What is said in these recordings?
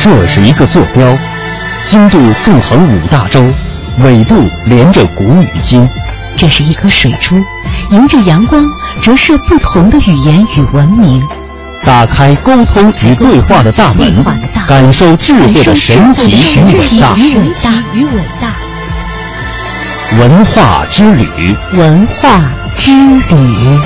这是一个坐标，经度纵横5大洲，纬度连着古与今。 这是一颗水珠，迎着阳光折射不同的语言与文明。 打开沟通与对话的大门，感受智慧的神奇与伟大。文化之旅， 文化之旅。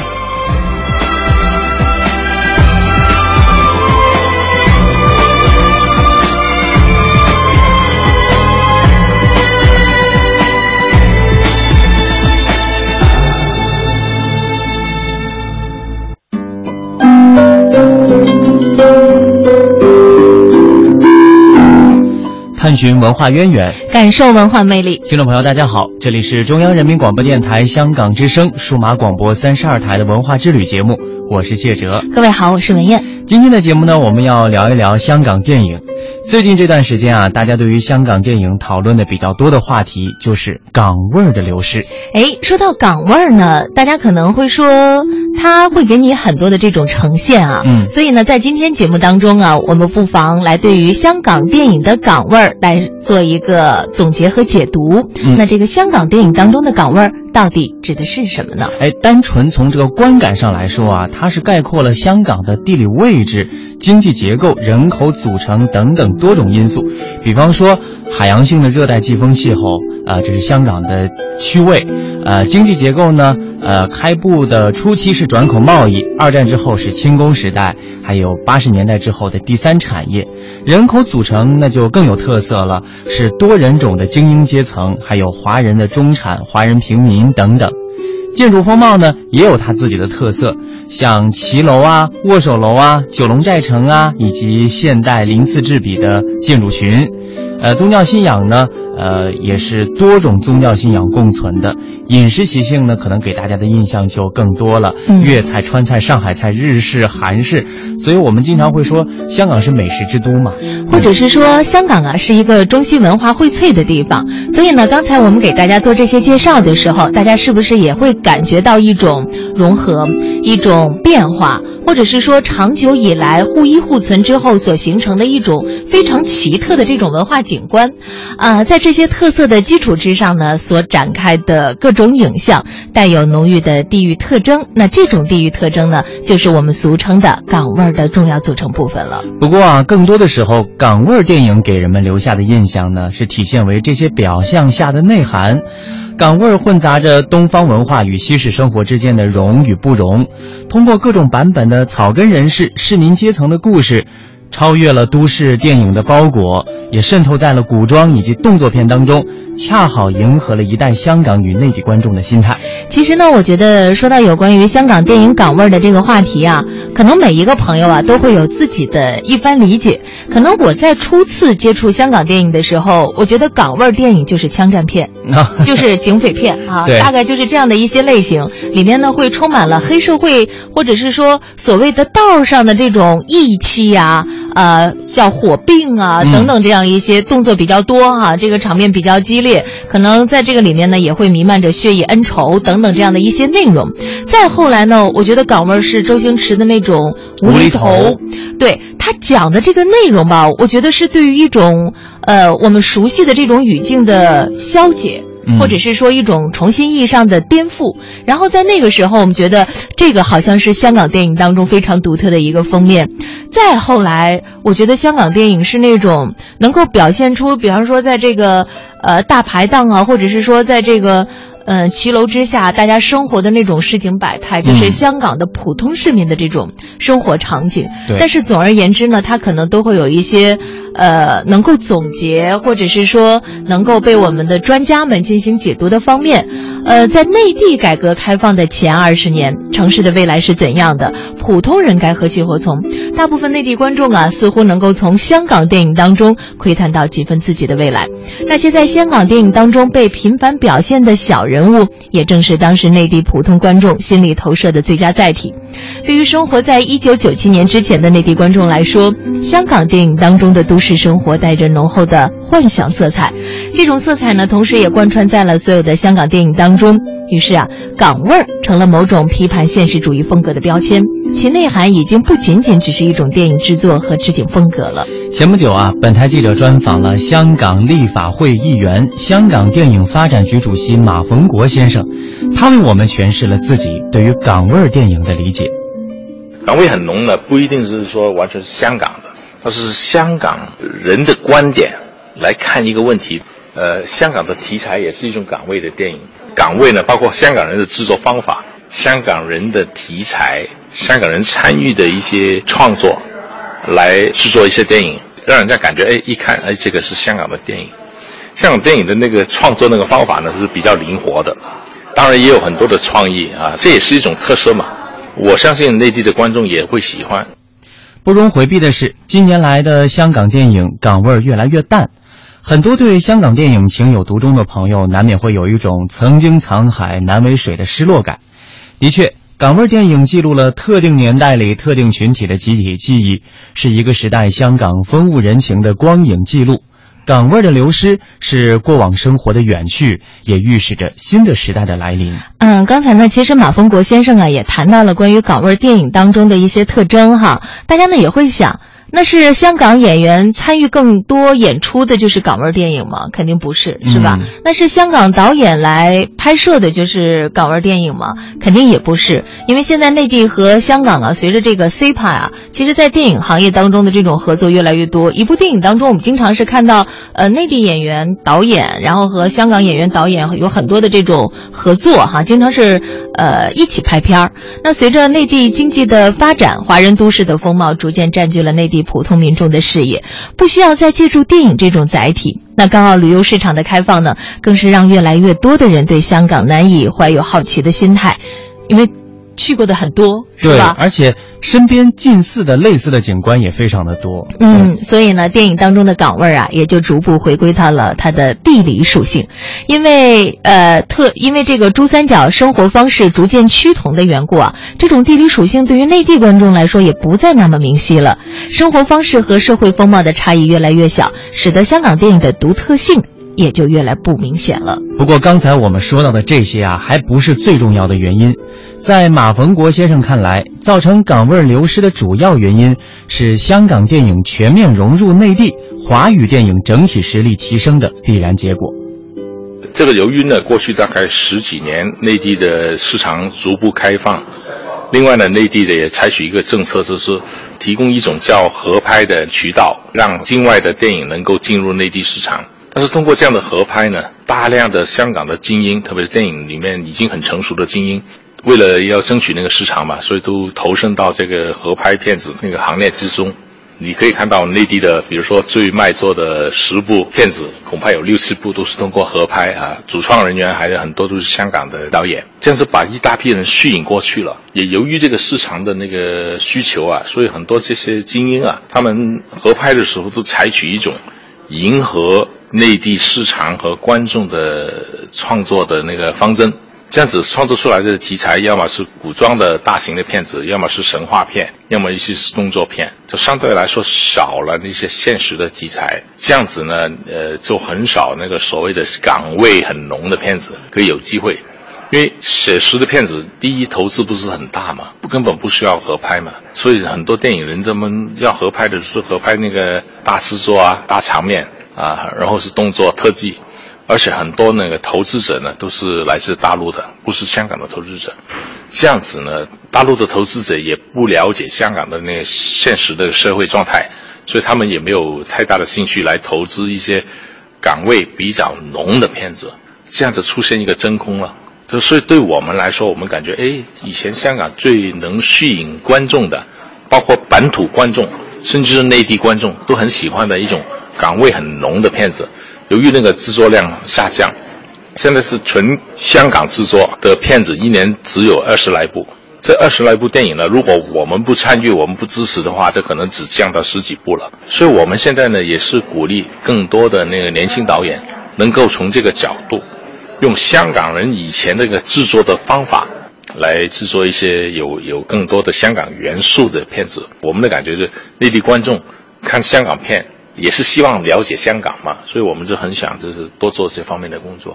探寻文化渊源， 感受文化魅力。 听众朋友大家好，这里是中央人民广播电台香港之声数码广播32台的文化之旅节目，我是谢哲。 各位好，我是文燕。 今天的节目呢，我们要聊一聊香港电影。最近这段时间啊，大家对于香港电影讨论的比较多的话题就是港味儿的流失。 说到港味儿呢，大家可能会说它会给你很多的这种呈现啊。所以呢，在今天节目当中啊，我们不妨来对于香港电影的港味儿来做一个总结和解读。那这个香港电影当中的港味儿到底指的是什么呢？ 单纯从这个观感上来说啊，它是概括了香港的地理位置、经济结构、人口组成等等多种因素。比方说海洋性的热带季风气候，这是香港的区位。经济结构呢，开埠的初期是转口贸易，二战之后是轻工时代，还有80年代之后的第三产业。人口组成那就更有特色了，是多人种的精英阶层，还有华人的中产、华人平民等等。建筑风貌呢也有它自己的特色，像骑楼啊、握手楼啊、九龙寨城啊，以及现代鳞次栉比的建筑群。宗教信仰呢也是多种宗教信仰共存的。饮食习性呢可能给大家的印象就更多了，粤菜、川菜、上海菜、日式、韩式。所以我们经常会说香港是美食之都嘛， 或者是说香港啊是一个中西文化荟萃的地方。所以呢，刚才我们给大家做这些介绍的时候，大家是不是也会感觉到一种融合，一种变化，或者是说长久以来互依互存之后所形成的一种非常奇特的这种文化景观。在这些特色的基础之上呢，所展开的各种影像带有浓郁的地域特征。那这种地域特征呢，就是我们俗称的港味儿的重要组成部分了。 不过啊，更多的时候港味儿电影给人们留下的印象呢，是体现为这些表象下的内涵。港味儿混杂着东方文化与西式生活之间的融与不融，通过各种版本的草根人士、市民阶层的故事，超越了都市电影的包裹，也渗透在了古装以及动作片当中，恰好迎合了一代香港与内地观众的心态。 其实呢，我觉得说到有关于香港电影港味的这个话题啊，可能每一个朋友啊都会有自己的一番理解。可能我在初次接触香港电影的时候，我觉得港味电影就是枪战片，就是警匪片啊，大概就是这样的一些类型，里面呢会充满了黑社会，或者是说所谓的道上的这种义气啊，叫火并啊等等，这样一些动作比较多哈，这个场面比较激烈，可能在这个里面呢也会弥漫着血义恩仇等等这样的一些内容。再后来呢，我觉得港味是周星驰的那种无厘头，对他讲的这个内容吧，我觉得是对于一种我们熟悉的这种语境的消解，或者是说一种重新意义上的颠覆。然后在那个时候，我们觉得这个好像是香港电影当中非常独特的一个封面。再后来，我觉得香港电影是那种能够表现出，比方说在这个大排档啊，或者是说在这个骑楼之下大家生活的那种市井百态，就是香港的普通市民的这种生活场景。但是总而言之呢，它可能都会有一些能够总结，或者是说能够被我们的专家们进行解读的方面。在内地改革开放的前20年，城市的未来是怎样的？普通人该何去何从？大部分内地观众啊，似乎能够从香港电影当中窥探到几分自己的未来。那些在香港电影当中被频繁表现的小人物，也正是当时内地普通观众心理投射的最佳载体。对于生活在1997年之前的内地观众来说，香港电影当中的都市生活带着浓厚的幻想色彩。这种色彩呢，同时也贯穿在了所有的香港电影当中。于是啊，港味儿成了某种批判现实主义风格的标签，其内涵已经不仅仅只是一种电影制作和置景风格了。 前不久啊，本台记者专访了香港立法会议员、香港电影发展局主席马逢国先生，他为我们诠释了自己对于港味电影的理解。 港味很浓的，不一定是说完全是香港的，它是香港人的观点来看一个问题。香港的题材也是一种港味的电影。港味呢，包括香港人的制作方法、香港人的题材、香港人参与的一些创作，来制作一些电影，让人家感觉一看这个是香港的电影。香港电影的那个创作那个方法呢是比较灵活的，当然也有很多的创意啊，这也是一种特色嘛。我相信内地的观众也会喜欢。 不容回避的是，近年来的香港电影港味越来越淡。很多对香港电影情有独钟的朋友，难免会有一种曾经沧海难为水的失落感。的确，港味电影记录了特定年代里特定群体的集体记忆，是一个时代香港风物人情的光影记录。港味的流失是过往生活的远去，也预示着新的时代的来临。 刚才呢，其实马逢国先生啊也谈到了关于港味电影当中的一些特征哈，大家呢也会想，那是香港演员参与更多演出的就是港味电影吗？肯定不是，是吧？那是香港导演来拍摄的就是港味电影吗？肯定也不是，因为现在内地和香港啊，随着这个 CEPA 啊，其实在电影行业当中的这种合作越来越多。一部电影当中，我们经常是看到内地演员导演，然后和香港演员导演有很多的这种合作哈，经常是一起拍片儿。那随着内地经济的发展，华人都市的风貌逐渐占据了内地普通民众的视野，不需要再借助电影这种载体。那港澳旅游市场的开放呢，更是让越来越多的人对香港难以怀有好奇的心态，因为去过的很多，是吧？ 对，而且身边近似的类似的景观也非常的多。 所以呢，电影当中的港味啊，也就逐步回归到了它的地理属性。因为这个珠三角生活方式逐渐趋同的缘故啊，这种地理属性对于内地观众来说也不再那么明晰了。生活方式和社会风貌的差异越来越小，使得香港电影的独特性也就越来不明显了。 不过刚才我们说到的这些啊，还不是最重要的原因。在马逢国先生看来，造成港味流失的主要原因是香港电影全面融入内地，华语电影整体实力提升的必然结果。 这个由于呢，过去大概10几年内地的市场逐步开放，另外呢，内地的也采取一个政策，就是提供一种叫合拍的渠道，让境外的电影能够进入内地市场。但是通过这样的合拍呢，大量的香港的精英，特别是电影里面已经很成熟的精英，为了要争取那个市场嘛，所以都投身到这个合拍片子那个行列之中。你可以看到内地的，比如说最卖座的10部片子，恐怕有6、7部都是通过合拍啊，主创人员还有很多都是香港的导演，这样子把一大批人吸引过去了。也由于这个市场的那个需求啊，所以很多这些精英啊，他们合拍的时候都采取一种迎合内地市场和观众的创作的那个方针。这样子创作出来的题材，要么是古装的大型的片子，要么是神话片，要么一些是动作片，就相对来说少了那些现实的题材。这样子呢，就很少那个所谓的港味很浓的片子可以有机会。因为写实的片子，第一投资不是很大嘛，根本不需要合拍嘛，所以很多电影人他们要合拍的是合拍那个大制作啊、大场面啊，然后是动作特技。而且很多那个投资者呢，都是来自大陆的，不是香港的投资者。这样子呢，大陆的投资者也不了解香港的那个现实的社会状态，所以他们也没有太大的兴趣来投资一些港味比较浓的片子。这样子出现一个真空了。所以对我们来说，我们感觉，以前香港最能吸引观众的，包括本土观众，甚至是内地观众都很喜欢的一种港味很浓的片子。由于那个制作量下降，现在是纯香港制作的片子，一年只有20来部。这20来部电影呢，如果我们不参与，我们不支持的话，这可能只降到10几部了。所以我们现在呢，也是鼓励更多的那个年轻导演，能够从这个角度，用香港人以前那个制作的方法，来制作一些有更多的香港元素的片子。我们的感觉是，内地观众看香港片， 也是希望了解香港嘛，所以我们就很想就是多做这方面的工作。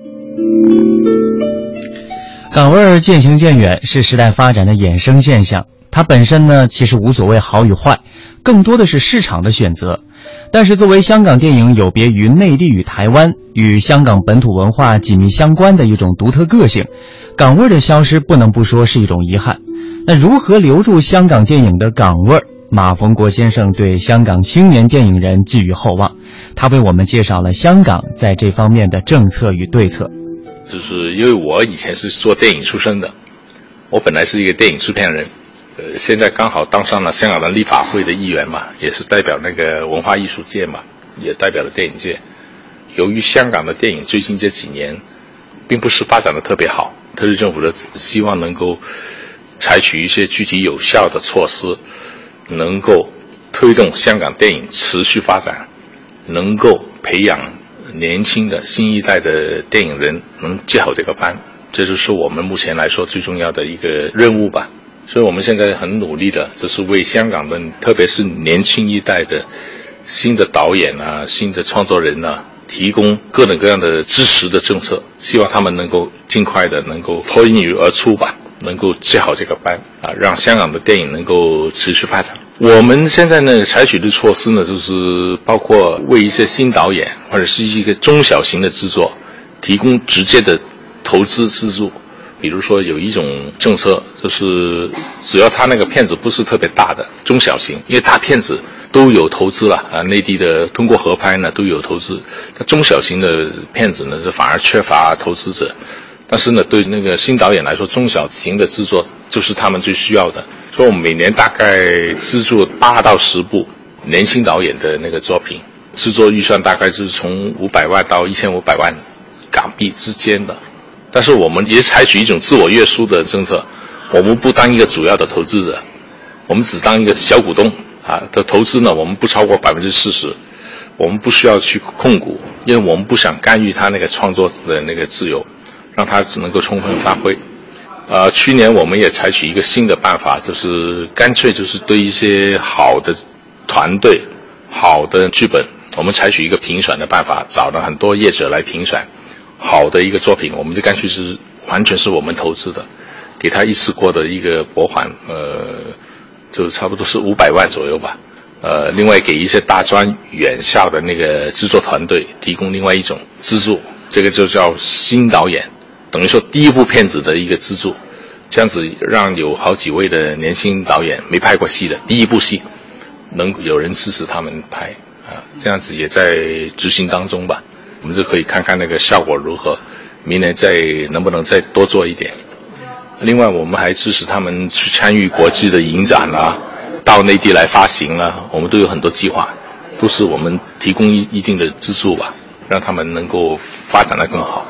港味儿渐行渐远是时代发展的衍生现象，它本身呢其实无所谓好与坏，更多的是市场的选择。但是作为香港电影有别于内地与台湾，与香港本土文化紧密相关的一种独特个性，港味儿的消失不能不说是一种遗憾。那如何留住香港电影的港味儿？马逢国先生对香港青年电影人寄予厚望，他为我们介绍了香港在这方面的政策与对策。 就是因为我以前是做电影出身的，我本来是一个电影制片人，现在刚好当上了香港的立法会的议员嘛，也是代表那个文化艺术界嘛，也代表了电影界。由于香港的电影最近这几年并不是发展的特别好，特区政府的希望能够采取一些具体有效的措施，能够推动香港电影持续发展，能够培养年轻的新一代的电影人能接好这个班，这就是我们目前来说最重要的一个任务吧。所以我们现在很努力的就是为香港的特别是年轻一代的新的导演啊，新的创作人啊，提供各种各样的支持的政策，希望他们能够尽快的能够脱颖而出吧，能够接好这个班啊，让香港的电影能够持续发展。我们现在呢采取的措施呢，就是包括为一些新导演或者是一个中小型的制作提供直接的投资资助。比如说有一种政策，就是只要他那个片子不是特别大的中小型，因为大片子都有投资了啊，内地的通过合拍呢都有投资，那中小型的片子呢是反而缺乏投资者。但是呢，对那个新导演来说，中小型的制作就是他们最需要的。所以我们每年大概资助8到10部年轻导演的那个作品，制作预算大概就是从500万到1500万港币之间的。但是我们也采取一种自我约束的政策，我们不当一个主要的投资者，我们只当一个小股东啊。的投资呢，我们不超过40%，我们不需要去控股，因为我们不想干预他那个创作的那个自由，让他能够充分发挥。去年我们也采取一个新的办法，就是干脆就是对一些好的团队、好的剧本，我们采取一个评选的办法，找了很多业者来评选好的一个作品，我们就干脆是完全是我们投资的，给他一次过的一个拨款，就差不多是500万左右吧。另外给一些大专院校的那个制作团队提供另外一种资助，这个就叫新导演，等于说第一部片子的一个资助，这样子让有好几位的年轻导演没拍过戏的第一部戏能有人支持他们拍啊，这样子也在执行当中吧。我们就可以看看那个效果如何，明年能不能再多做一点。另外我们还支持他们去参与国际的影展啦，到内地来发行啦，我们都有很多计划，都是我们提供一定的资助吧，让他们能够发展得更好。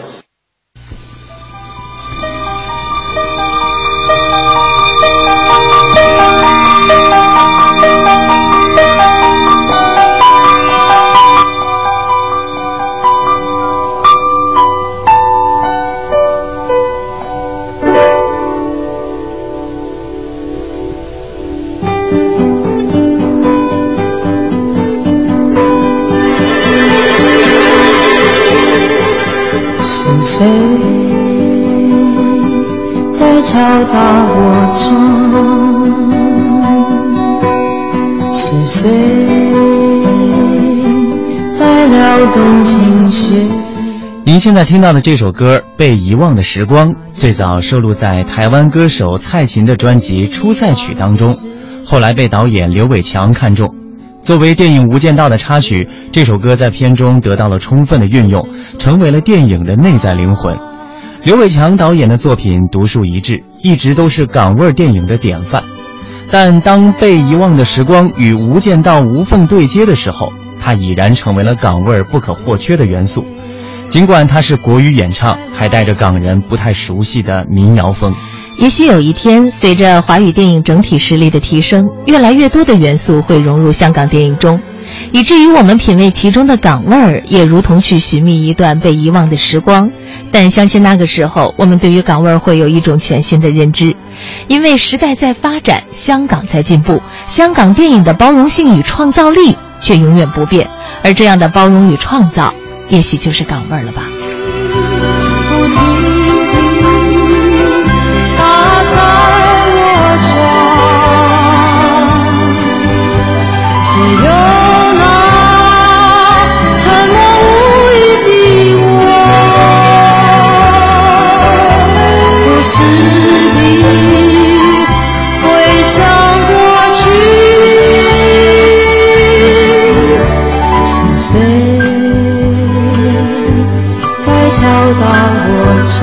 谁在敲打我窗？是谁在撩动琴弦？ 您现在听到的这首歌《被遗忘的时光》，最早收录在台湾歌手蔡琴的专辑《出塞曲》当中，后来被导演刘伟强看中。作为电影《无间道》的插曲，这首歌在片中得到了充分的运用，成为了电影的内在灵魂。刘伟强导演的作品独树一帜，一直都是港味电影的典范。但当《被遗忘的时光》与《无间道》无缝对接的时候，它已然成为了港味不可或缺的元素。尽管它是国语演唱，还带着港人不太熟悉的民谣风。 也许有一天，随着华语电影整体实力的提升，越来越多的元素会融入香港电影中，以至于我们品味其中的港味儿，也如同去寻觅一段被遗忘的时光。但相信那个时候，我们对于港味儿会有一种全新的认知，因为时代在发展，香港在进步，香港电影的包容性与创造力却永远不变。而这样的包容与创造，也许就是港味儿了吧。 不停地打在我窗，谁又那沉默无语的我，不时地回想过去，是谁在敲打我窗？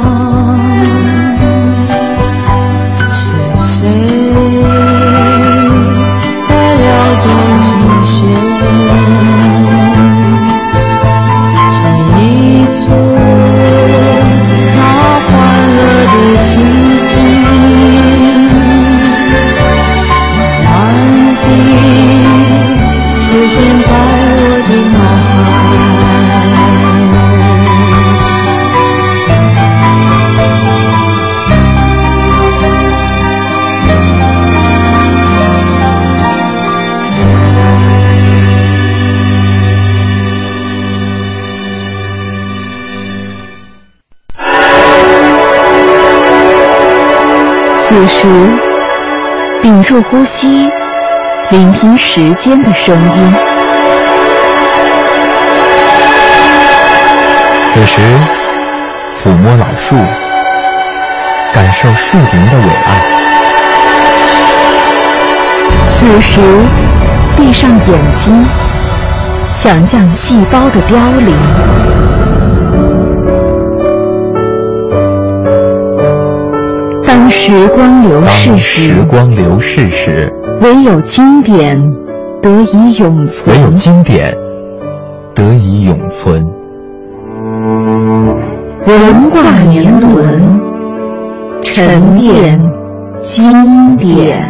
是谁在撩动琴弦？这一座那欢乐的情景，慢慢地浮现在我的脑海。 此时，屏住呼吸，聆听时间的声音。 此时，抚摸老树，感受树林的伟岸。 此时，闭上眼睛，想象细胞的凋零。当时光流逝时，唯有经典得以永存。文化年轮，沉淀经典。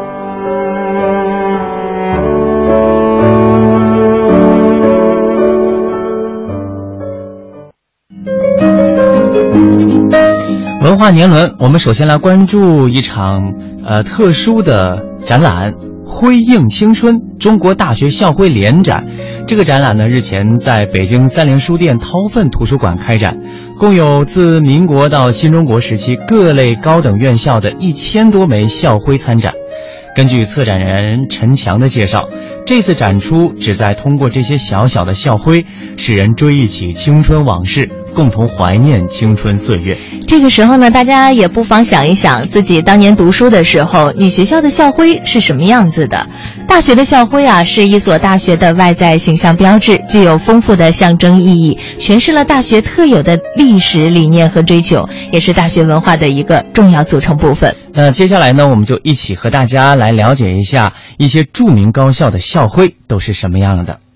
文化年轮，我们首先来关注一场特殊的展览——辉映青春中国大学校徽联展。这个展览呢，日前在北京三联书店韬奋图书馆开展，共有自民国到新中国时期各类高等院校的1000多枚校徽参展。根据策展人陈强的介绍，这次展出旨在通过这些小小的校徽，使人追忆起青春往事，共同怀念青春岁月。 这个时候呢，大家也不妨想一想自己当年读书的时候，你学校的校徽是什么样子的。大学的校徽啊，是一所大学的外在形象标志，具有丰富的象征意义，诠释了大学特有的历史理念和追求，也是大学文化的一个重要组成部分。 那接下来呢，我们就一起和大家来了解一下一些著名高校的校徽都是什么样的。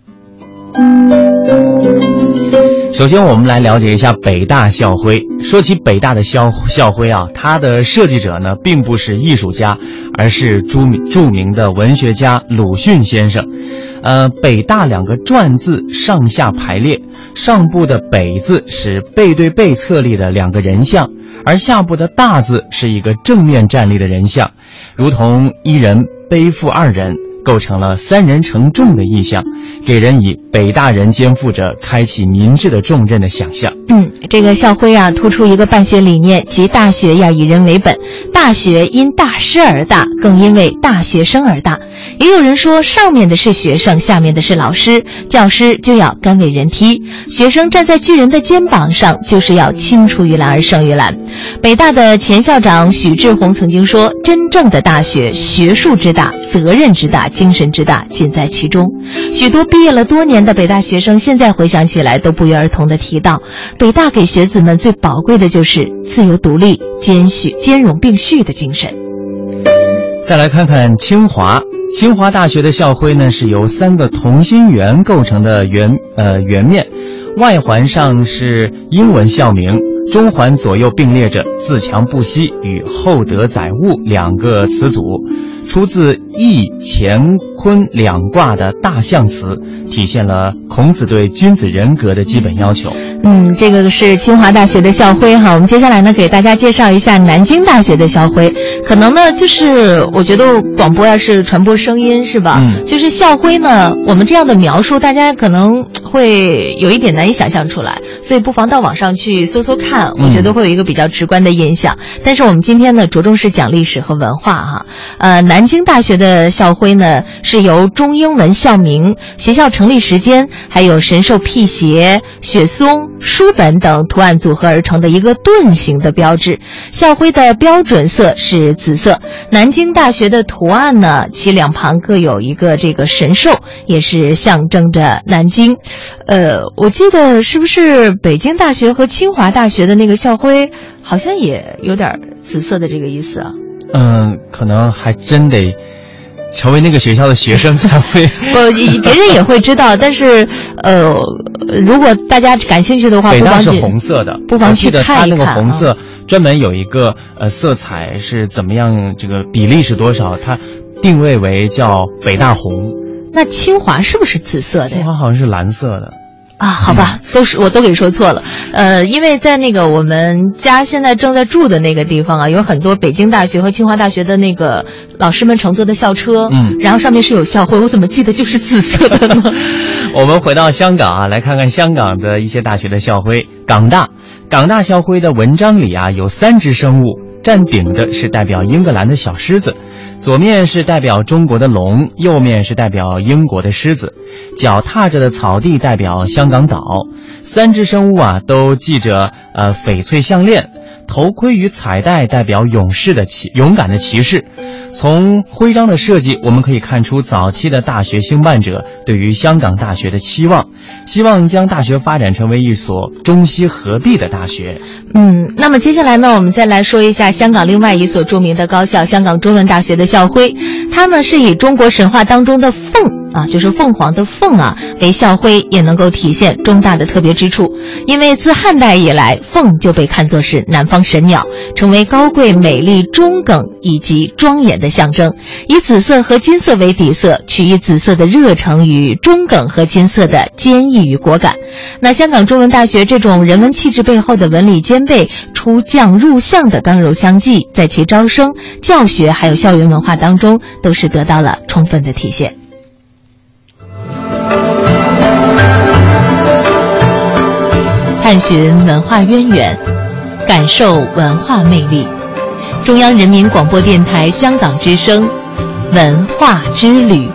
首先我们来了解一下北大校徽。说起北大的校徽啊，它的设计者呢并不是艺术家，而是著名的文学家鲁迅先生。北大2个篆字上下排列，上部的北字是背对背侧立的2个人像，而下部的大字是一个正面站立的人像，如同1人背负2人，构成了3人承重的意象，给人以北大人肩负着开启民智的重任的想象。 这个校徽啊，突出一个办学理念，即大学要以人为本，大学因大师而大，更因为大学生而大。也有人说，上面的是学生，下面的是老师，教师就要甘为人梯，学生站在巨人的肩膀上，就是要青出于蓝而胜于蓝。北大的前校长许志宏曾经说，真正的大学，学术之大，责任之大，精神之大，尽在其中。许多毕业了多年的北大学生，现在回想起来都不约而同地提到，北大给学子们最宝贵的就是自由独立、兼容并蓄的精神。 再来看看清华大学的校徽呢，是由3个同心圆构成的圆面，外环上是英文校名，中环左右并列着自强不息与厚德载物2个词组，出自易、乾、坤2卦的大象辞，体现了孔子对君子人格的基本要求。 这个是清华大学的校徽哈。我们接下来呢，给大家介绍一下南京大学的校徽。 可能呢，就是我觉得广播呀是传播声音，是吧？就是校徽呢，我们这样的描述，大家可能会有一点难以想象出来，所以不妨到网上去搜搜看，我觉得会有一个比较直观的印象。但是我们今天呢，着重是讲历史和文化哈。南京大学的校徽呢，是由中英文校名、学校成立时间，还有神兽辟邪、雪松、书本等图案组合而成的一个盾形的标志。校徽的标准色是紫色。南京大学的图案呢，其两旁各有一个这个神兽，也是象征着南京。我记得是不是北京大学和清华大学的那个校徽好像也有点紫色的这个意思啊？ 可能还真得成为那个学校的学生才会别人也会知道，但是如果大家感兴趣的话， 北大是红色的， 不妨去看一看。 它那个红色专门有一个色彩是怎么样，这个比例是多少，它定位为叫北大红。 那清华是不是紫色的？ 清华好像是蓝色的。 好吧，我都给说错了。因为在那个我们家现在正在住的那个地方啊，有很多北京大学和清华大学的那个老师们乘坐的校车，然后上面是有校徽，我怎么记得就是紫色的呢？ 我们回到香港啊，来看看香港的一些大学的校徽。港大校徽的文章里啊，有3只生物，站顶的是代表英格兰的小狮子，左面是代表中国的龙，右面是代表英国的狮子，脚踏着的草地代表香港岛。3只生物啊，都系着翡翠项链，头盔与彩带代表勇敢的骑士。从徽章的设计，我们可以看出早期的大学兴办者对于香港大学的期望，希望将大学发展成为一所中西合璧的大学。 那么接下来呢，我们再来说一下香港另外一所著名的高校——香港中文大学的校徽。它呢是以中国神话当中的凤啊，就是凤凰的凤啊为校徽，也能够体现中大的特别之处。因为自汉代以来，凤就被看作是南方神鸟，成为高贵、美丽、中耿以及庄严的象征。以紫色和金色为底色，取以紫色的热诚与中耿和金色的坚毅与果敢。那香港中文大学这种人文气质背后的文理兼备、出将入相的刚柔相济，在其招生、教学还有校园文化当中都是得到了充分的体现。探寻文化渊源，感受文化魅力。中央人民广播电台香港之声，文化之旅。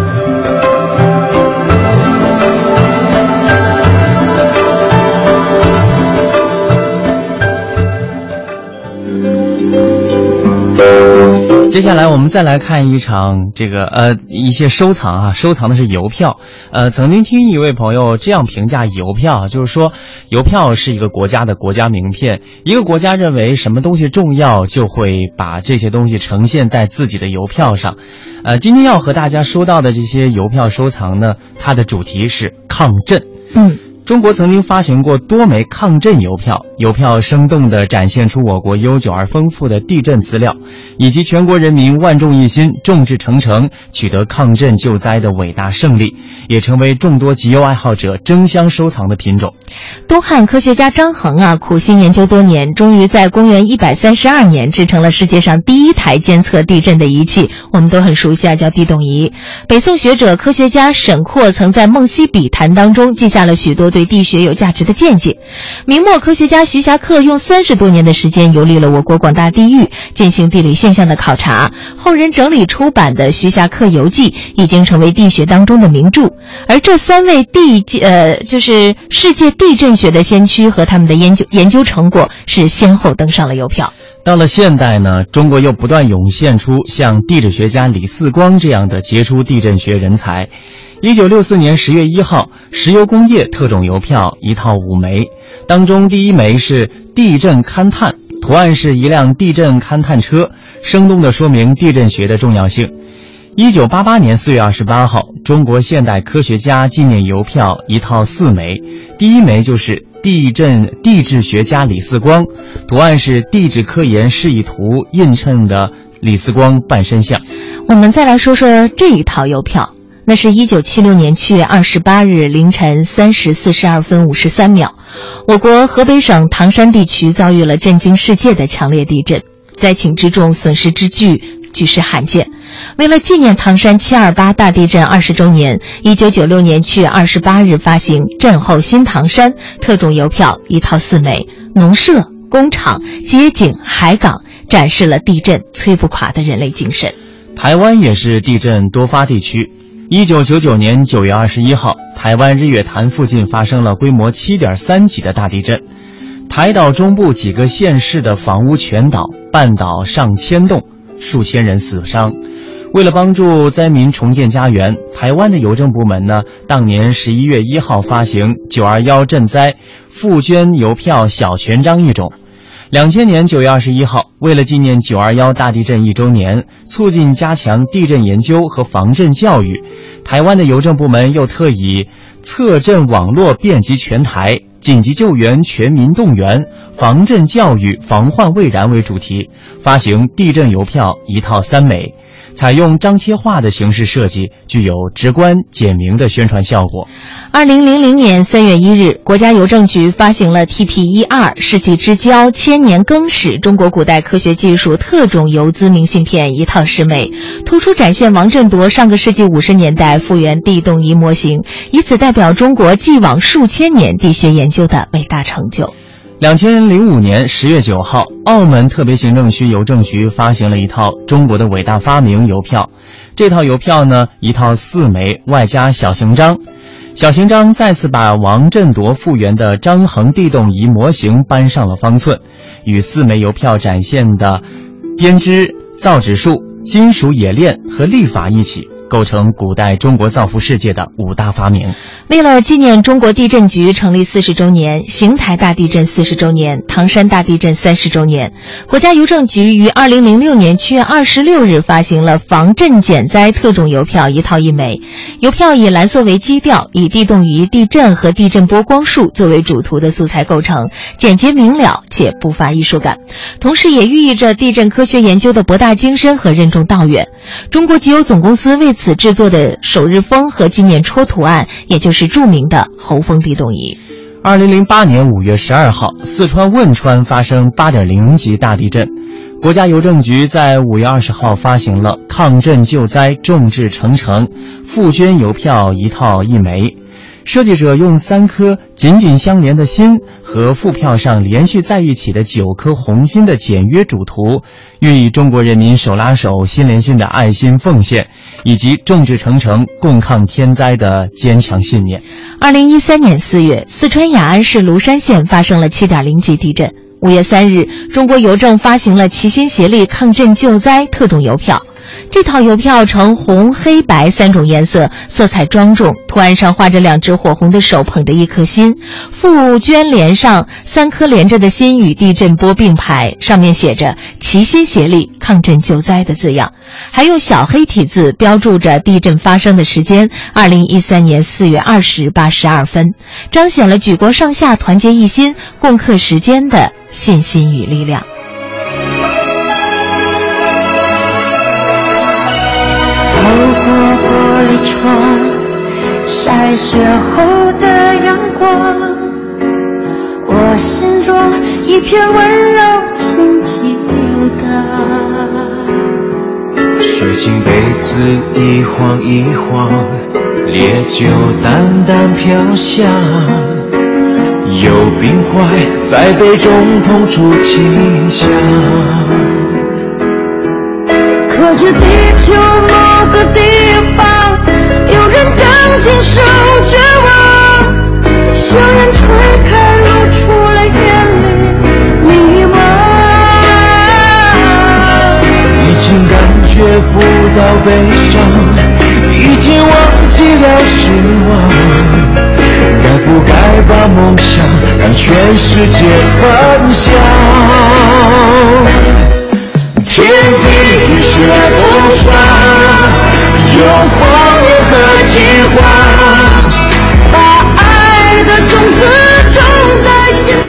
接下来我们再来看一场一些收藏的是邮票。曾经听一位朋友这样评价邮票，就是说邮票是一个国家的国家名片，一个国家认为什么东西重要，就会把这些东西呈现在自己的邮票上。今天要和大家说到的这些邮票收藏呢，它的主题是抗震。中国曾经发行过多枚抗震邮票，邮票生动地展现出我国悠久而丰富的地震资料，以及全国人民万众一心、众志成城取得抗震救灾的伟大胜利，也成为众多集邮爱好者争相收藏的品种。 东汉科学家张衡苦心研究多年，终于在公元132年制成了世界上第一台监测地震的仪器，我们都很熟悉叫地动仪。北宋学者科学家沈括曾在《梦溪笔谈》当中记下了许多对地学有价值的见解。明末科学家徐霞客用30多年的时间游历了我国广大地域，进行地理现象的考察，后人整理出版的《徐霞客游记》已经成为地学当中的名著。而这3位就是世界地震学的先驱和他们的研究成果是先后登上了邮票。 到了现代呢，中国又不断涌现出像地质学家李四光这样的杰出地震学人才。1964年10月1号，石油工业特种邮票一套5枚，当中第1枚是地震勘探，图案是一辆地震勘探车，生动地说明地震学的重要性。1988年4月28号，中国现代科学家纪念邮票一套4枚，第1枚就是地质学家李四光，图案是地质科研示意图映衬的李四光半身像。 我们再来说说这一套邮票，那是1976年7月28日凌晨3时42分53秒，我国河北省唐山地区遭遇了震惊世界的强烈地震。 灾情之重，损失之巨，举世罕见。为了纪念唐山728大地震20周年，1996年7月28日发行《震后新唐山》特种邮票1套4枚，农舍、工厂、街景、海港展示了地震摧不垮的人类精神。 台湾也是地震多发地区。1999年9月21号，台湾日月潭附近发生了规模7.3级的大地震，台岛中部几个县市的房屋全倒，半岛上千栋，数千人死伤。为了帮助灾民重建家园，台湾的邮政部门呢，当年11月1号发行921赈灾复捐邮票小全章1种。2000年9月21号，为了纪念921大地震1周年，促进加强地震研究和防震教育，台湾的邮政部门又特以测震网络遍及全台，紧急救援全民动员，防震教育防患未然为主题，发行地震邮票1套3枚，采用张贴画的形式设计，具有直观简明的宣传效果。 2000年3月1日，国家邮政局发行了 TP12 世纪之交千年更始中国古代科学技术特种邮资明信片1套10枚，突出展现王振铎上个世纪50年代复原地动仪模型，以此代表中国继往数千年地学研究的伟大成就。 2005年10月9号，澳门特别行政区邮政局发行了一套中国的伟大发明邮票，这套邮票呢1套4枚，外加小型章。小型章再次把王振铎复原的张衡地动仪模型搬上了方寸，与4枚邮票展现的编织、造纸术、金属冶炼和历法一起，构成古代中国造福世界的5大发明。 为了纪念中国地震局成立40周年、邢台大地震40周年、唐山大地震30周年，国家邮政局于2006年7月26日发行了防震减灾特种邮票1套1枚。邮票以蓝色为基调，以地动仪、地震和地震波光束作为主图的素材构成，简洁明了且不乏艺术感，同时也寓意着地震科学研究的博大精深和任重道远。中国集邮总公司为此制作的首日封和纪念戳图案，也就是著名的侯封地动仪。 2008年5月12号，四川汶川发生8.0级大地震，国家邮政局在5月20号发行了抗震救灾众志成城复捐邮票1套1枚。设计者用3颗紧紧相连的心和副票上连续在一起的9颗红心的简约主图，寓意中国人民手拉手心连心的爱心奉献，以及众志成城共抗天灾的坚强信念。 2013年4月，四川雅安市芦山县发生了7.0级地震。5月3日，中国邮政发行了齐心协力抗震救灾特种邮票。这套邮票呈红、黑、白3种颜色，色彩庄重，图案上画着2只火红的手捧着1颗心，复捐联上3颗连着的心与地震波并排，上面写着齐心协力抗震救灾的字样，还用小黑体字标注着地震发生的时间2013年4月20日8时2分，彰显了举国上下团结一心共克时艰的信心与力量。 透过玻璃窗，晒雪后的阳光，我心中一片温柔轻轻的。 水晶杯子一晃一晃，烈酒淡淡飘下，有冰块在杯中碰触几下。 可知地球某个地方，有人将经受绝望，硝烟吹开，露出了眼里迷茫。 已经感觉不到悲伤，已经忘记了失望，该不该把梦想让全世界分享？天地雪风霜，有荒野和饥荒， 把爱的种子种在心。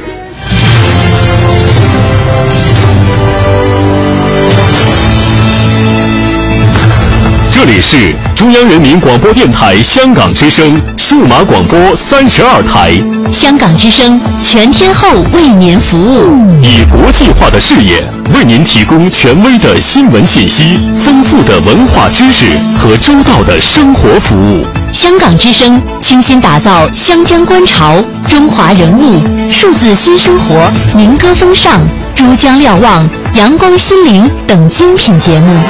这里是是中央人民广播电台香港之声数码广播32台。 香港之声全天候为您服务， 以国际化的视野为您提供权威的新闻信息、丰富的文化知识和周到的生活服务。 香港之声倾心打造湘江观潮、中华人物、数字新生活、民歌风尚、珠江瞭望、阳光心灵等精品节目。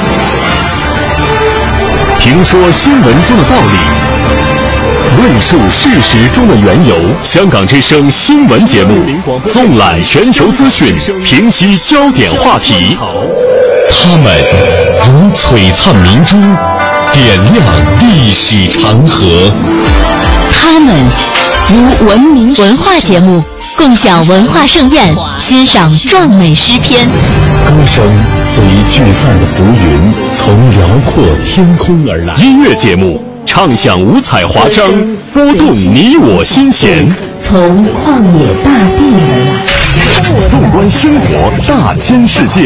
评说新闻中的道理，论述事实中的缘由。香港之声新闻节目纵览全球资讯，平息焦点话题。他们如璀璨明珠，点亮历史长河。 他们如文明文化节目，共享文化盛宴，欣赏壮美诗篇。 歌声随聚散的浮云，从辽阔天空而来。音乐节目畅享五彩华章，拨动你我心弦。 从旷野大地而来， 纵观生活大千世界。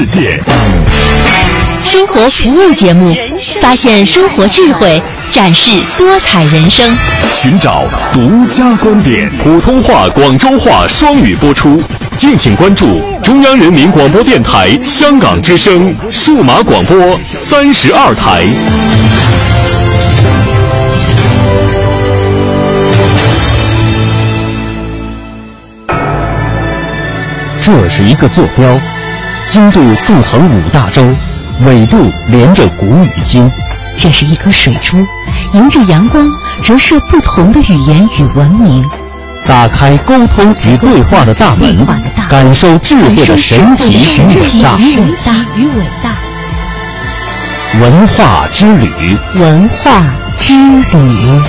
生活服务节目，发现生活智慧，展示多彩人生， 寻找独家观点。普通话、广州话双语播出，敬请关注中央人民广播电台香港之声数码广播32台。这是一个坐标，经度纵横5大洲，纬度连着古与今。 这是一颗水珠，迎着阳光折射不同的语言与文明， 打开沟通与对话的大门，感受智慧的神奇与伟大。文化之旅， 文化之旅。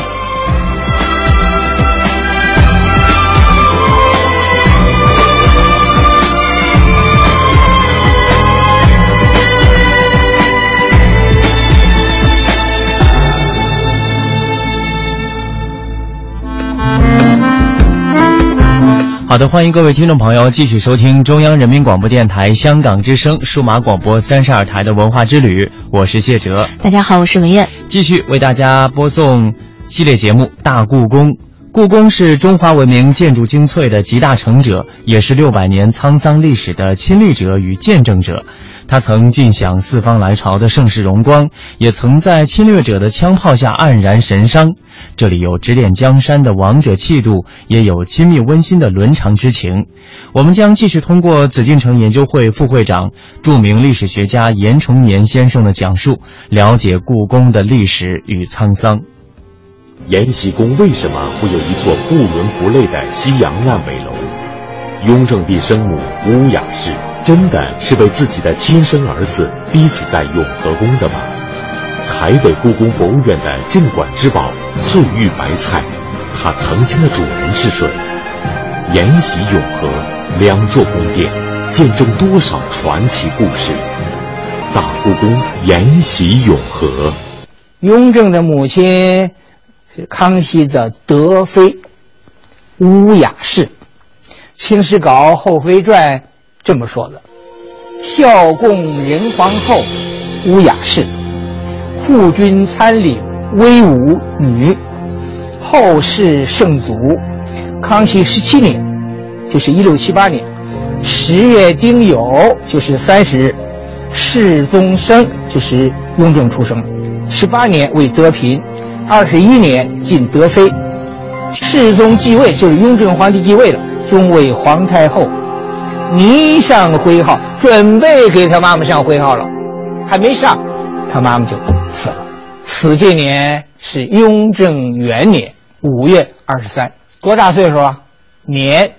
好的，欢迎各位听众朋友继续收听中央人民广播电台香港之声数码广播32台的文化之旅，我是谢哲。 大家好，我是文艳， 继续为大家播送系列节目《大故宫》。故宫是中华文明建筑精粹的集大成者，也是600年沧桑历史的亲历者与见证者。他曾尽享四方来朝的盛世荣光，也曾在侵略者的枪炮下黯然神伤。这里有指点江山的王者气度，也有亲密温馨的伦常之情。我们将继续通过紫禁城研究会副会长、著名历史学家严崇年先生的讲述，了解故宫的历史与沧桑。 延禧宫为什么会有一座不伦不类的西洋烂尾楼？雍正帝生母乌雅氏真的是被自己的亲生儿子逼死在永和宫的吗？台北故宫博物院的镇馆之宝翠玉白菜，它曾经的主人是谁？延禧永和2座宫殿，见证多少传奇故事？大故宫延禧永和。 雍正的母亲是康熙的德妃乌雅氏，《清史稿后妃传》这么说的：孝恭仁皇后乌雅氏，护军参领威武女，后世圣祖。康熙17年，就是1678年10月丁酉，就是30日，世宗生，就是雍正出生。18年为德嫔，21年进德妃。世宗继位，就是雍正皇帝继位了，尊为皇太后，拟上徽号，准备给他妈妈上徽号了，还没上，他妈妈就死了。死这年是雍正元年5月23，多大岁数啊？年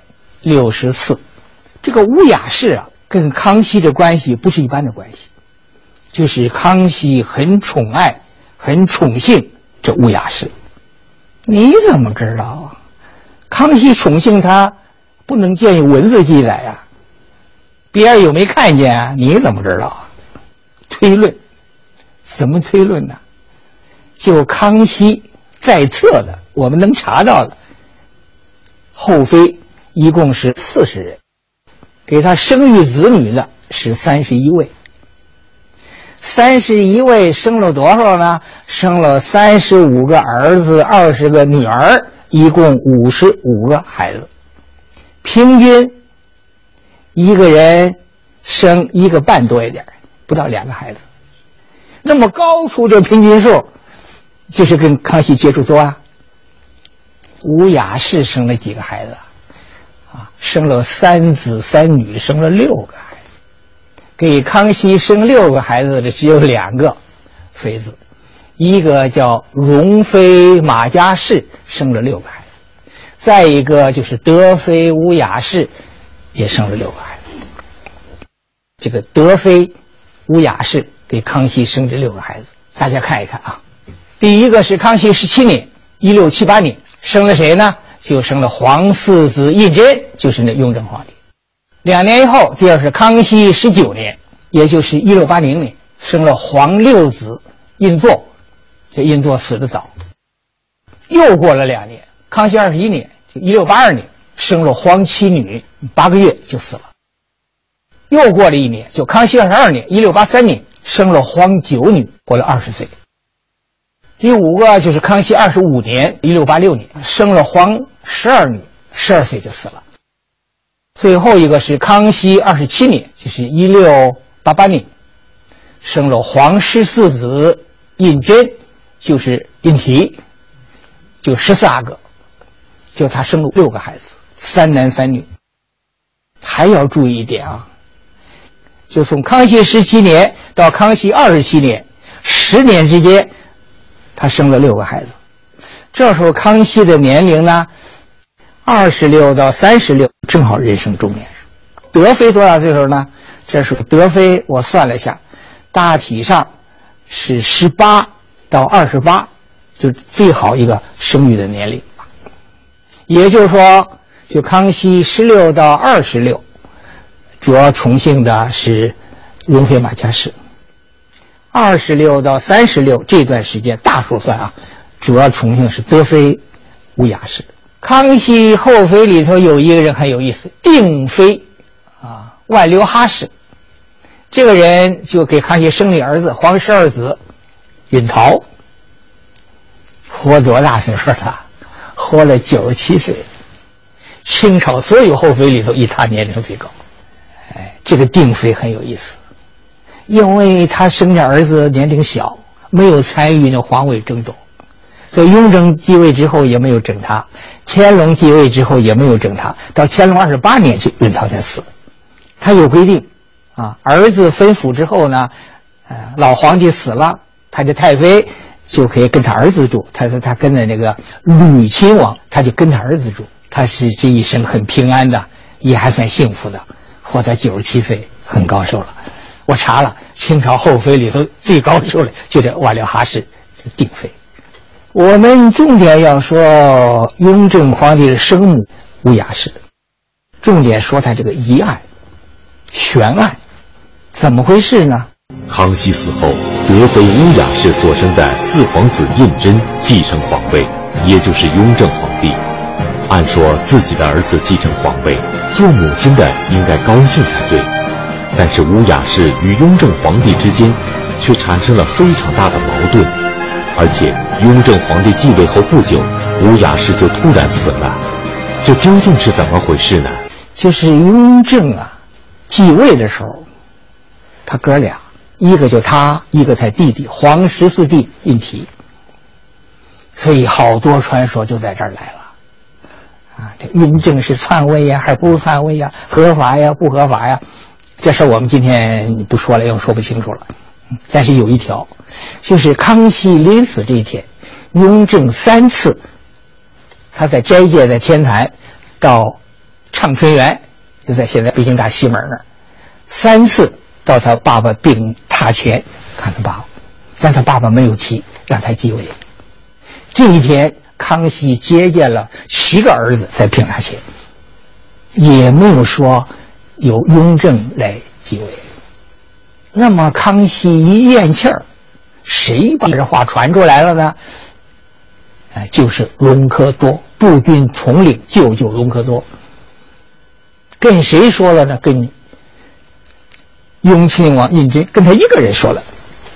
64。这个乌雅氏啊，跟康熙的关系不是一般的关系，就是康熙很宠爱、很宠幸这乌雅氏。你怎么知道啊？康熙宠幸他，不能见有文字记载啊，别人有没看见啊？你怎么知道啊？推论，怎么推论呢？就康熙在册的，我们能查到的后妃一共是40人，给他生育子女的是31位 31位生了多少呢？生了35个儿子，20个女儿，一共55个孩子。平均一个人生1个半多一点，不到2个孩子。那么高出这平均数，就是跟康熙接触多啊。吴雅氏生了几个孩子啊？生了3子3女，生了6个孩子。给康熙生6个孩子的只有2个妃子，一个叫容妃马家氏，生了6个孩子，再一个就是德妃吴雅氏，也生了6个孩子。这个德妃吴雅氏给康熙生这6个孩子，大家看一看啊。第一个是康熙17年，1678年，生了谁呢？就生了皇四子胤禛，就是那雍正皇帝。2年以后，第二是康熙19年，也就是1680年，生了皇六子胤祚，这胤祚死得早。又过了2年，康熙21年，就1682年，生了皇七女，8个月就死了。又过了1年，就康熙22年，1683年，生了皇九女，活了20岁。第5个就是康熙25年，1686年，生了皇12女，12岁就死了。最后一个是康熙27年，就是1688年，生了皇14子胤禛，就是胤禔，就14个，就他生了6个孩子，3男3女。还要注意一点啊，就从康熙17年到康熙27年10年之间，他生了6个孩子。这时候康熙的年龄呢，26到36，正好人生中年。德妃多大岁数呢？这时候德妃我算了一下，大体上是18到28，就最好一个生育的年龄。也就是说，就康熙16到26，主要宠幸的是容妃马家氏。26到36这段时间大数算啊，主要宠幸是德妃吴雅氏。康熙后妃里头有一个人很有意思，定妃啊，万流哈氏。这个人就给康熙生了儿子皇12子允陶，活多大岁数了？活了97岁。清朝所有后妃里头以他年龄最高。这个定妃很有意思，因为他生的儿子年龄小，没有参与那皇位争夺，所以雍正继位之后也没有整他，乾隆继位之后也没有整他，到乾隆28年允陶才死。他有规定啊，儿子分府之后呢，老皇帝死了，他的太妃就可以跟他儿子住。他说他跟着那个吕亲王，他就跟他儿子住。他是这一生很平安的，也还算幸福的，活到97岁，很高寿了。我查了，清朝后妃里头最高寿的就这万流哈氏定妃。我们重点要说雍正皇帝的生母吴雅氏，重点说他这个疑案、悬案，怎么回事呢？ 康熙死后，德妃吴雅氏所生的4皇子胤禛继承皇位，也就是雍正皇帝。按说自己的儿子继承皇位，做母亲的应该高兴才对。但是吴雅氏与雍正皇帝之间却产生了非常大的矛盾，而且雍正皇帝继位后不久，吴雅氏就突然死了，这究竟是怎么回事呢？ 就是雍正啊，继位的时候，他哥俩，一个就他，一个他弟弟皇14弟胤禔，所以好多传说就在这儿来了。这雍正是篡位呀，还是不篡位呀？合法呀，不合法呀？这事我们今天不说了，又说不清楚了。但是有一条，就是康熙临死这一天，雍正3次，他在斋戒，在天坛，到畅春园，就在现在北京大西门那儿，3次到他爸爸病榻前看他爸爸，但他爸爸没有提让他继位。这一天，康熙接见了7个儿子在病榻前，也没有说由雍正来继位。那么康熙一咽气儿，谁把这话传出来了呢？就是隆科多，步军统领舅舅隆科多。跟谁说了呢？跟雍亲王胤禛，跟他一个人说了。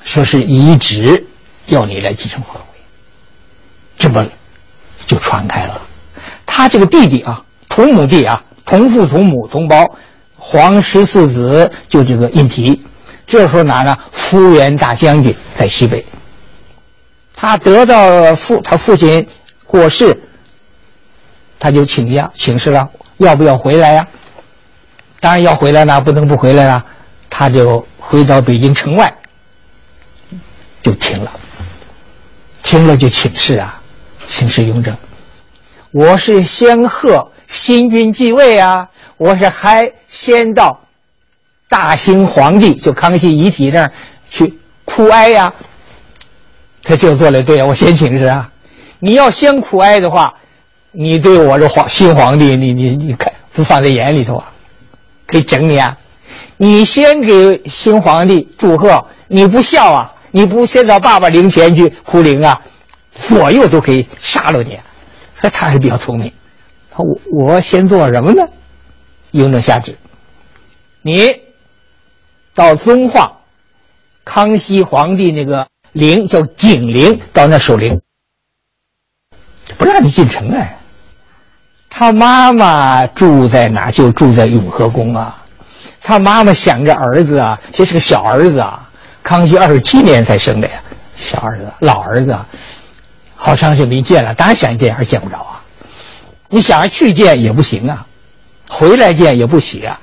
说是一直要你来继承皇位，这么就传开了。他这个弟弟啊，同母弟啊，同父同母同胞，皇14子就这个胤禔，这时候哪呢？幅员大将军在西北，他得到他父亲过世，他就请示了，要不要回来呀？当然要回来了，不能不回来了。他就回到北京城外，就停了就请示啊，请示雍正，我是先贺新君继位啊，我是还先到大兴皇帝就康熙遗体那儿去哭哀呀。他这做了对啊，我先请示啊，你要先哭哀的话，你对我这新皇帝你看不放在眼里头啊，可以整你啊。你先给新皇帝祝贺，你不孝啊，你不先到爸爸灵前去哭灵啊，左右都可以杀了你。所以他还是比较聪明。我先做什么呢？雍正下旨，你到宗化康熙皇帝那个陵叫景陵，到那守陵，不让你进城哎。他妈妈住在哪？就住在永和宫啊。他妈妈想着儿子啊，这是个小儿子啊，康熙27年才生的呀，小儿子，老儿子啊，好长时间没见了，当然想见还是见不着啊。你想要去见也不行啊，回来见也不许啊。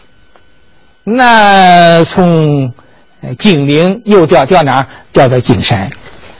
那从景陵又调哪儿？调到景山，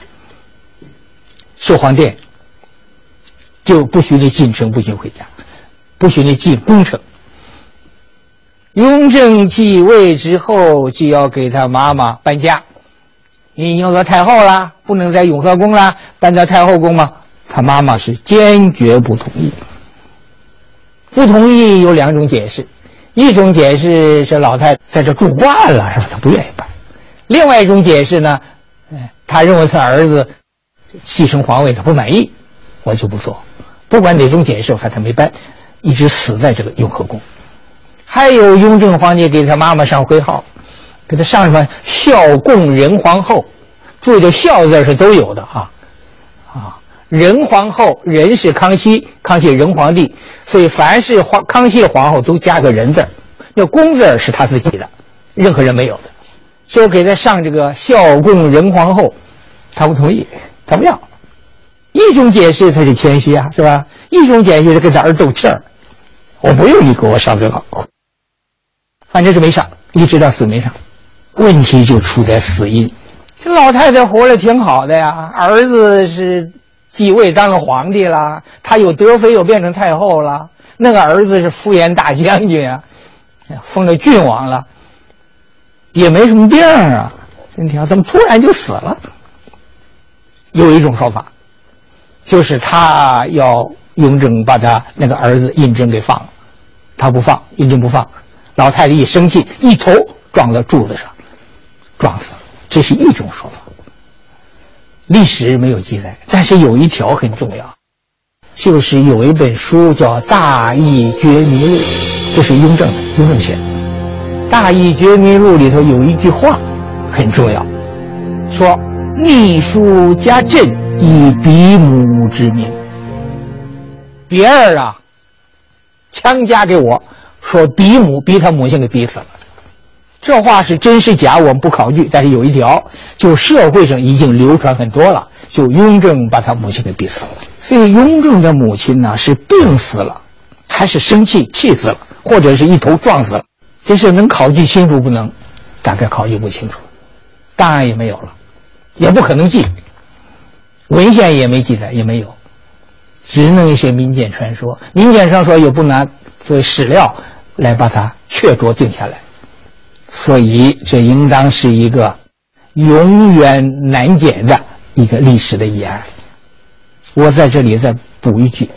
寿皇殿，就不许你进城，不许回家，不许你进宫城。雍正继位之后，就要给他妈妈搬家，你要做太后啦，不能在永和宫啦，搬到太后宫吗？他妈妈是坚决不同意。不同意有2种解释，一种解释是老太太在这住惯了，是吧？她不愿意搬。另外一种解释呢，他认为他儿子继承皇位，他不满意，我就不做。不管哪种解释，我看他没搬，一直死在这个永和宫。还有雍正皇帝给他妈妈上徽号，给他上什么孝恭仁皇后，注意这孝字是都有的啊。仁皇后，仁是康熙仁皇帝，所以凡是康熙皇后都加个仁字，那恭字是他自己的，任何人没有的。就给他上这个孝恭仁皇后，他不同意，他不要。一种解释他是谦虚啊，是吧？一种解释他跟他儿斗气儿，我不用你给我上最好，反正是没上，一直到死没上。问题就出在死因。这老太太活得挺好的呀，儿子是继位当了皇帝了，他有德妃又变成太后了，那个儿子是敷衍大将军啊，封了郡王了，也没什么病啊，你听怎么突然就死了？有一种说法，就是他要雍正把他那个儿子胤禛给放了，他不放，胤禛不放，老太太一生气，一头撞到柱子上，撞死了。这是一种说法，历史没有记载，但是有一条很重要，就是有一本书叫《大义觉迷录》，这是雍正写的。《大义觉迷录》里头有一句话很重要，说秘书家朕以嫡母之命。别人啊强加给我说嫡母，逼他母亲给逼死了。这话是真是假我们不考据，但是有一条就社会上已经流传很多了，就雍正把他母亲给逼死了。所以雍正的母亲呢是病死了，还是生气气死了，或者是一头撞死了，这是能考据清楚不能？大概考据不清楚，档案也没有了，也不可能记，文献也没记载，也没有，只能一些民间传说，民间传说也不拿作为史料来把它确凿定下来。所以这应当是一个永远难解的一个历史的疑案。我在这里再补一句，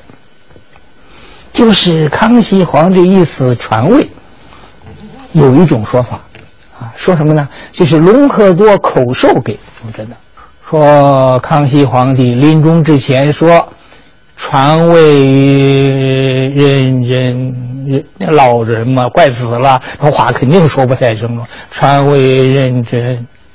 就是康熙皇帝一死传位，有一种说法啊，说什么呢？就是隆科多口授给雍正的，说康熙皇帝临终之前说传位老人嘛，快死了，这话肯定说不太清楚。传位认真，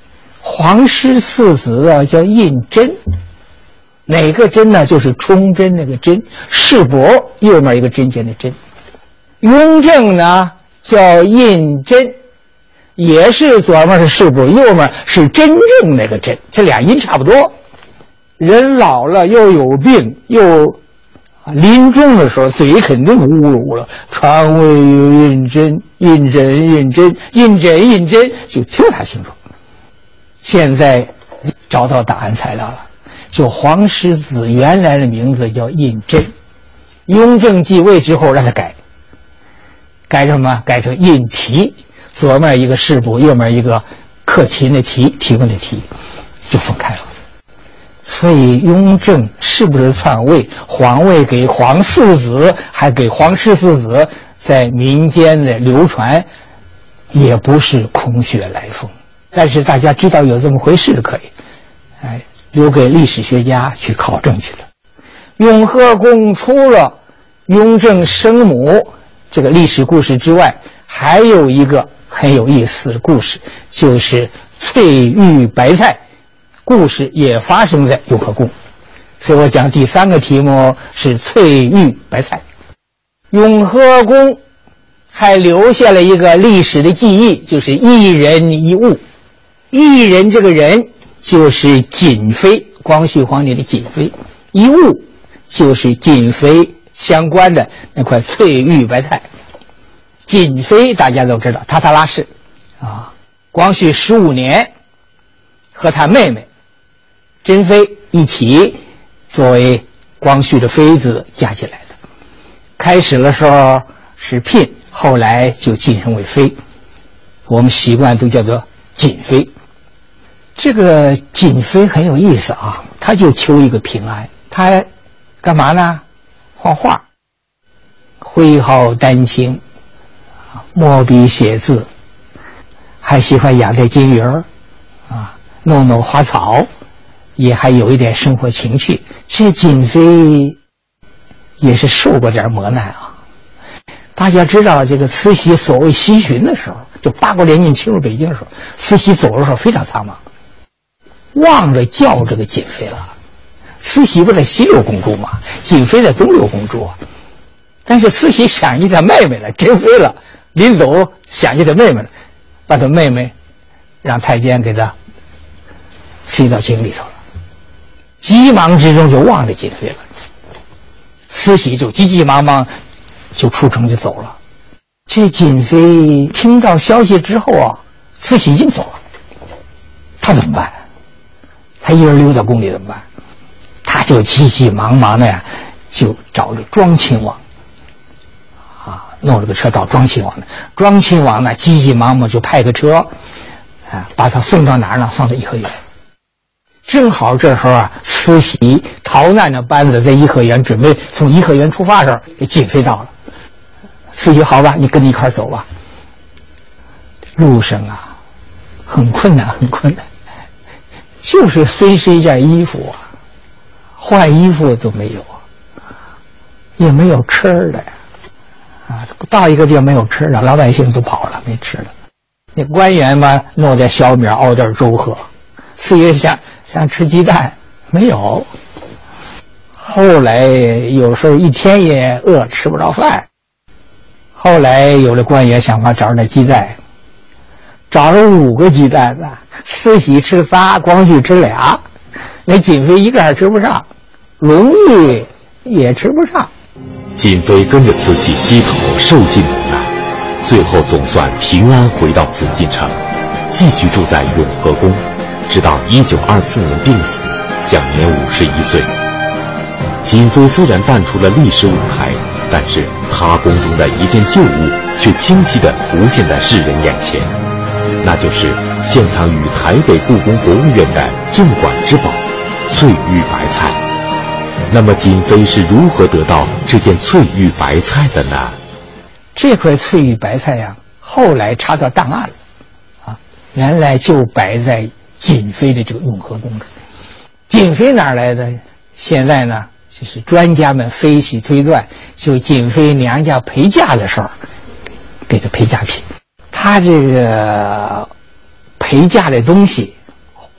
皇室四子啊叫胤禛，哪个禛呢？就是崇祯那个禛，世伯右面一个针尖的针。雍正呢叫胤禛，也是左面是世伯，右面是真正那个禛，这俩音差不多。人老了又有病又临终的时候，嘴肯定呼噜了，传位胤禛，胤禛，胤禛，胤禛，胤禛，就听他清楚。现在找到档案材料了，就皇室子原来的名字叫胤禛，雍正继位之后让他改什么？改成胤禔，左面一个世伯，右面一个克题的题，提问的题，就分开了。所以雍正是不是篡位，皇位给皇四子还给皇室四子，在民间的流传也不是空穴来风，但是大家知道有这么回事可以留给历史学家去考证去的。永和宫除了雍正生母这个历史故事之外，还有一个很有意思的故事，就是翠玉白菜，故事也发生在永和宫。所以我讲第三个题目是翠玉白菜。永和宫还留下了一个历史的记忆，就是一人一物。一人这个人就是瑾妃，光绪皇帝的瑾妃，一物就是瑾妃相关的那块翠玉白菜。瑾妃大家都知道，塔塔拉氏光绪15年和他妹妹珍妃一起作为光绪的妃子嫁进来的。开始的时候是嫔，后来就晋升为妃，我们习惯都叫做瑾妃。这个瑾妃很有意思啊，她就求一个平安，她干嘛呢？画画，挥毫丹青，墨笔写字，还喜欢养点金鱼儿弄弄花草，也还有一点生活情趣。这瑾妃也是受过点磨难啊。大家知道这个慈禧所谓西巡的时候，就八国联军侵入北京的时候，慈禧走的时候非常苍忙，忘了叫这个瑾妃了。慈禧不在西六公主嘛，瑾妃在东六公主但是慈禧想起她妹妹了，珍妃了，临走想起她妹妹了，把她妹妹让太监给她塞到井里头了，急忙之中就忘了瑾妃了。慈禧就急急忙忙就出城就走了。这瑾妃听到消息之后慈禧已经走了，她怎么办？她一人留在宫里怎么办？她就急急忙忙的呀，就找了庄亲王弄了个车到庄亲王那，庄亲王呢急急忙忙就派个车把他送到哪儿呢？送到颐和园。正好这时候慈禧逃难的班子在颐和园准备从颐和园出发时候，瑾妃到了。慈禧好吧，你跟你一块走吧。路上很困难很困难，就是随身一件衣服换衣服都没有也没有吃的到一个地方没有吃的，老百姓都跑了，没吃的。那官员嘛，弄点小米熬点粥喝。慈禧想吃鸡蛋，没有。后来有时候一天也饿，吃不着饭。后来有的官员想法找点鸡蛋，找了5个鸡蛋呢，慈禧吃仨，光绪吃俩，那瑾妃一个还吃不上，隆裕也吃不上。 瑾妃跟着慈禧西逃，受尽磨难，最后总算平安回到紫禁城，继续住在永和宫，直到1924年病死，享年51岁。瑾妃虽然淡出了历史舞台，但是她宫中的一件旧物却清晰地浮现在世人眼前，那就是现藏于台北故宫博物院的镇馆之宝翠玉白菜。那么瑾妃是如何得到这件翠玉白菜的呢？ 这块翠玉白菜后来查到档案了原来就摆在瑾妃的这个永和宫这。瑾妃哪儿来的？现在呢，就是专家们分析推断，就瑾妃娘家陪嫁的时候给她陪嫁品。她这个陪嫁的东西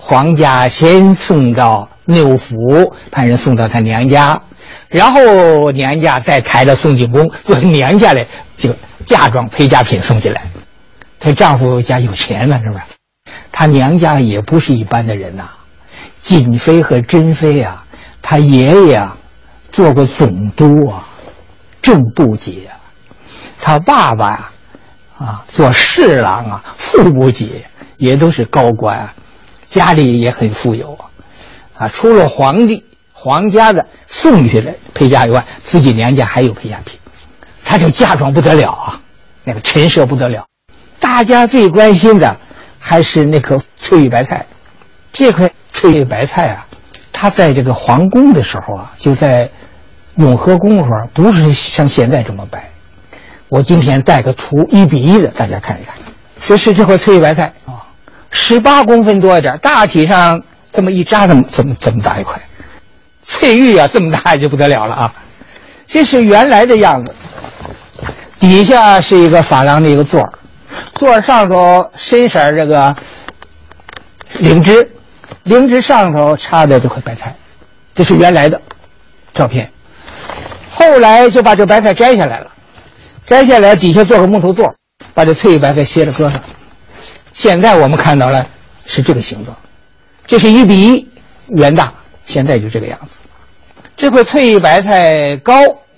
黄家先送到内务府，派人送到他娘家，然后娘家再抬着送进宫，做娘家的这个嫁妆陪嫁品送进来。她丈夫家有钱了，是吧？她娘家也不是一般的人呐、瑾妃和珍妃啊，她爷爷啊做过总督啊，正部级啊，她爸爸做侍郎啊，副部级，也都是高官啊，家里也很富有啊。除了皇家的送去的陪嫁以外，自己娘家还有陪嫁品。她这嫁妆不得了啊，那个陈设不得了。大家最关心的还是那颗翠玉白菜。这块翠玉白菜啊，它在这个皇宫的时候啊，就在永和宫时候，不是像现在这么白。我今天带个图1比1的，大家看一看。这是这块翠玉白菜啊，18公分多一点，大体上这么一扎，这么大一块。翠玉啊，这么大就不得了了啊！这是原来的样子，底下是一个珐琅的一个座儿，座儿上头深色这个灵芝，灵芝上头插的这块白菜，这是原来的照片。后来就把这白菜摘下来了，摘下来底下做个木头座，把这翠玉白菜歇着搁上。现在我们看到了是这个形状，这是1比1原大，现在就这个样子。这块翠玉白菜高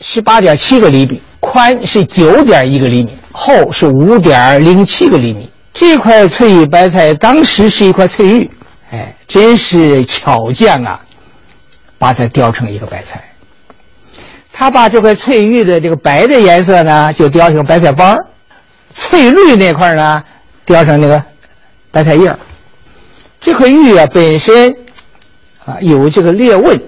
18.7个厘米，宽是9.1个厘米，厚是5.07个厘米。这块翠玉白菜当时是一块翠玉，真是巧匠啊，把它雕成一个白菜。他把这块翠玉的这个白的颜色呢，就雕成白菜帮，翠绿那块呢，雕成那个白菜叶。这块玉啊，本身有这个裂纹，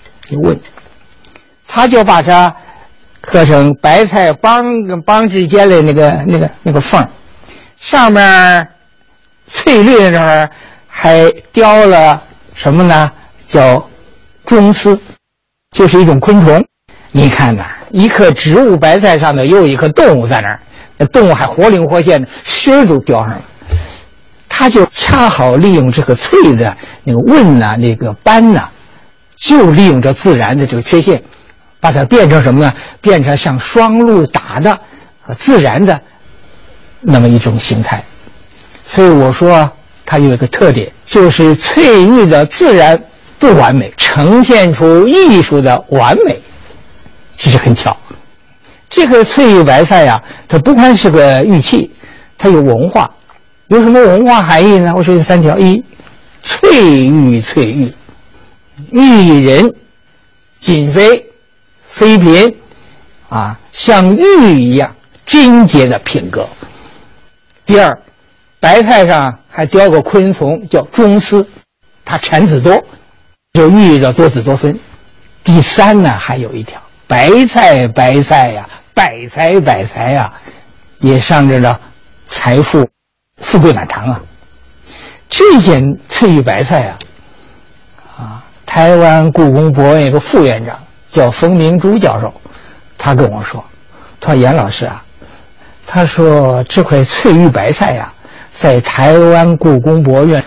他就把它刻成白菜帮跟帮之间的那个缝，上面翠绿的时候还雕了什么呢？叫螽斯，就是一种昆虫。你看呐，一棵植物白菜上头又有一棵动物在那儿，那动物还活灵活现的，须都雕上了。他就恰好利用这个翠的那个纹呐，那个斑呐，就利用这自然的这个缺陷，把它变成什么呢？变成像双鹿打的自然的那么一种形态。所以我说它有一个特点，就是翠玉的自然不完美，呈现出艺术的完美，这是很巧。这个翠玉白菜呀，它不光是个玉器，它有文化。有什么文化含义呢？我说有3条：一，翠玉翠玉，玉人瑾妃妃嫔像玉一样贞洁的品格。第二，白菜上还雕个昆虫叫螽斯，它产子多，就寓意着多子多孙。第三呢，还有一条，白菜呀，百财呀，也象征着财富富贵满堂啊。这件翠玉白菜台湾故宫博物院有个副院长叫冯明珠教授，他跟我说，他说严老师他说这块翠玉白菜在台湾故宫博物院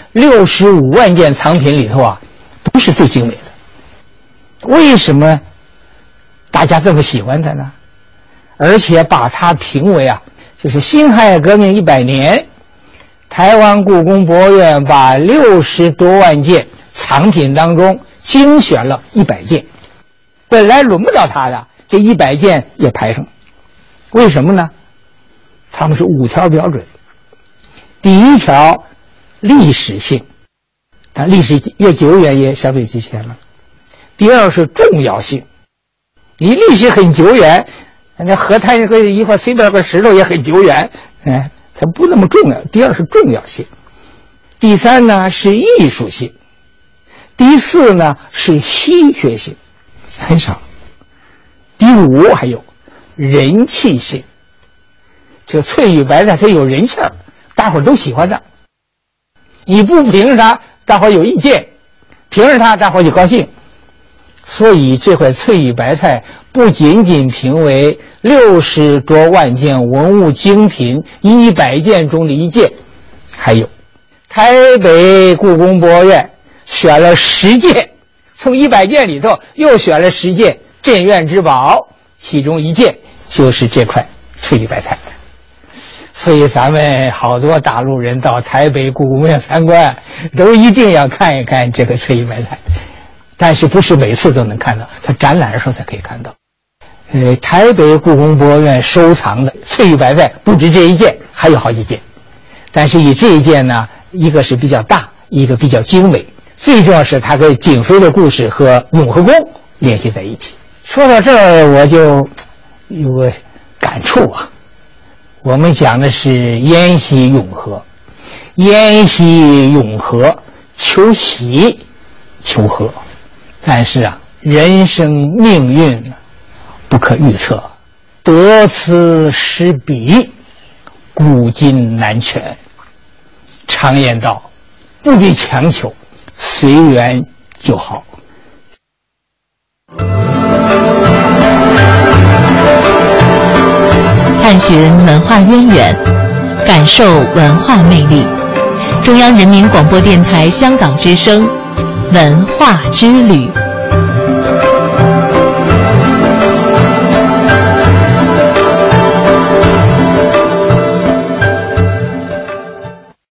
65万件藏品里头不是最精美的。为什么大家这么喜欢它呢？而且把它评为就是辛亥革命100年，台湾故宫博物院把60多万件藏品当中精选了100件，本来轮不到它的，这100件也排上。为什么呢？他们是5条标准。第一条，历史性，但历史越久远也相对值钱了。第二是重要性，你历史很久远，那河滩上一块随便块石头也很久远，它不那么重要。第二是重要性。第三呢是艺术性。第四呢是稀缺性，很少。第五还有人气性，这个翠玉白菜它有人气儿，大伙儿都喜欢它。你不凭它，大伙儿有意见；凭着它，大伙儿就高兴。所以这块翠玉白菜不仅仅评为60多万件文物精品100件中的1件，还有台北故宫博物院选了10件，从100件里头又选了10件镇院之宝，其中1件就是这块翠玉白菜。所以咱们好多大陆人到台北故宫院参观，都一定要看一看这个翠玉白菜。但是不是每次都能看到，它展览的时候才可以看到。台北故宫博物院收藏的翠玉白菜不止这1件，还有好几件。但是以这一件呢，一个是比较大，一个比较精美，最重要是它跟景妃的故事和永和宫联系在一起。说到这儿，我就有个感触啊。我们讲的是延禧永和，延禧永和求喜求和，但是啊，人生命运不可预测，得此失彼，古今难全。常言道，不必强求，随缘就好。 探寻文化渊源，感受文化魅力。中央人民广播电台香港之声，文化之旅。